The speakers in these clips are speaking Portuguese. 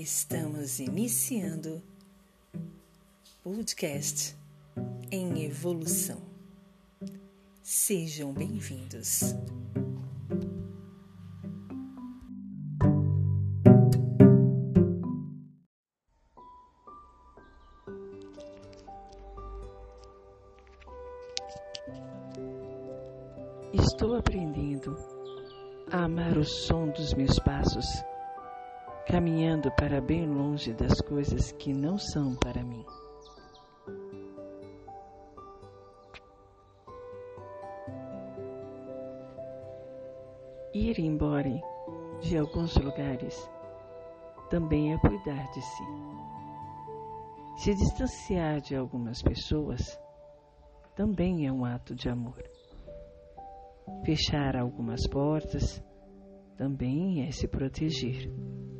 Estamos iniciando podcast em evolução. Sejam bem-vindos. Estou aprendendo a amar o som dos meus passos, caminhando para bem longe das coisas que não são para mim. Ir embora de alguns lugares também é cuidar de si. Se distanciar de algumas pessoas também é um ato de amor. Fechar algumas portas também é se proteger.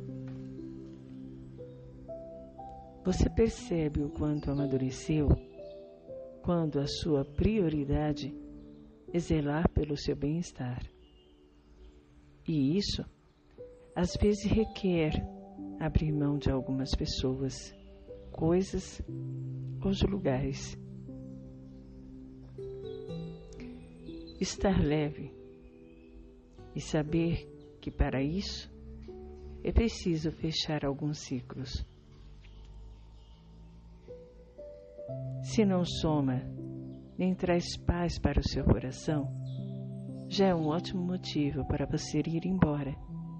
Você percebe o quanto amadureceu quando a sua prioridade é zelar pelo seu bem-estar. E isso, às vezes, requer abrir mão de algumas pessoas, coisas ou de lugares. Estar leve e saber que para isso é preciso fechar alguns ciclos. Se não soma nem traz paz para o seu coração, já é um ótimo motivo para você ir embora.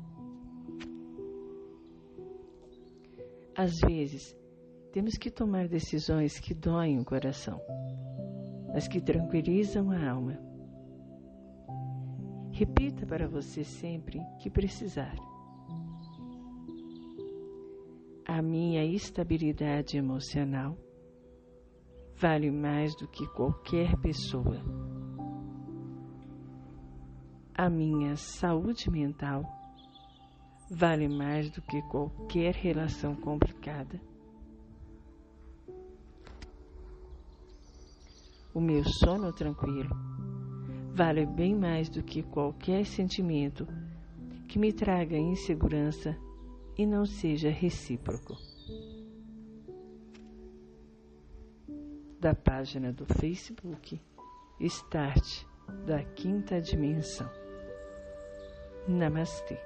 Às vezes, temos que tomar decisões que doem o coração, mas que tranquilizam a alma. Repita para você sempre que precisar. A minha estabilidade emocional vale mais do que qualquer pessoa. A minha saúde mental vale mais do que qualquer relação complicada. O meu sono tranquilo vale bem mais do que qualquer sentimento que me traga insegurança e não seja recíproco. Da página do Facebook Start da Quinta Dimensão. Namastê.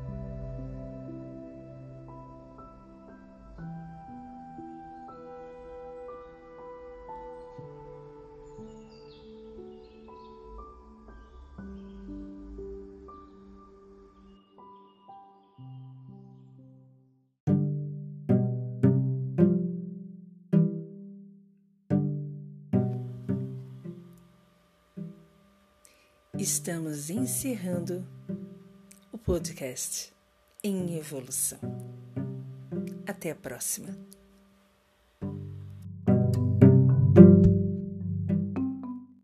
Estamos encerrando o podcast em evolução. Até a próxima.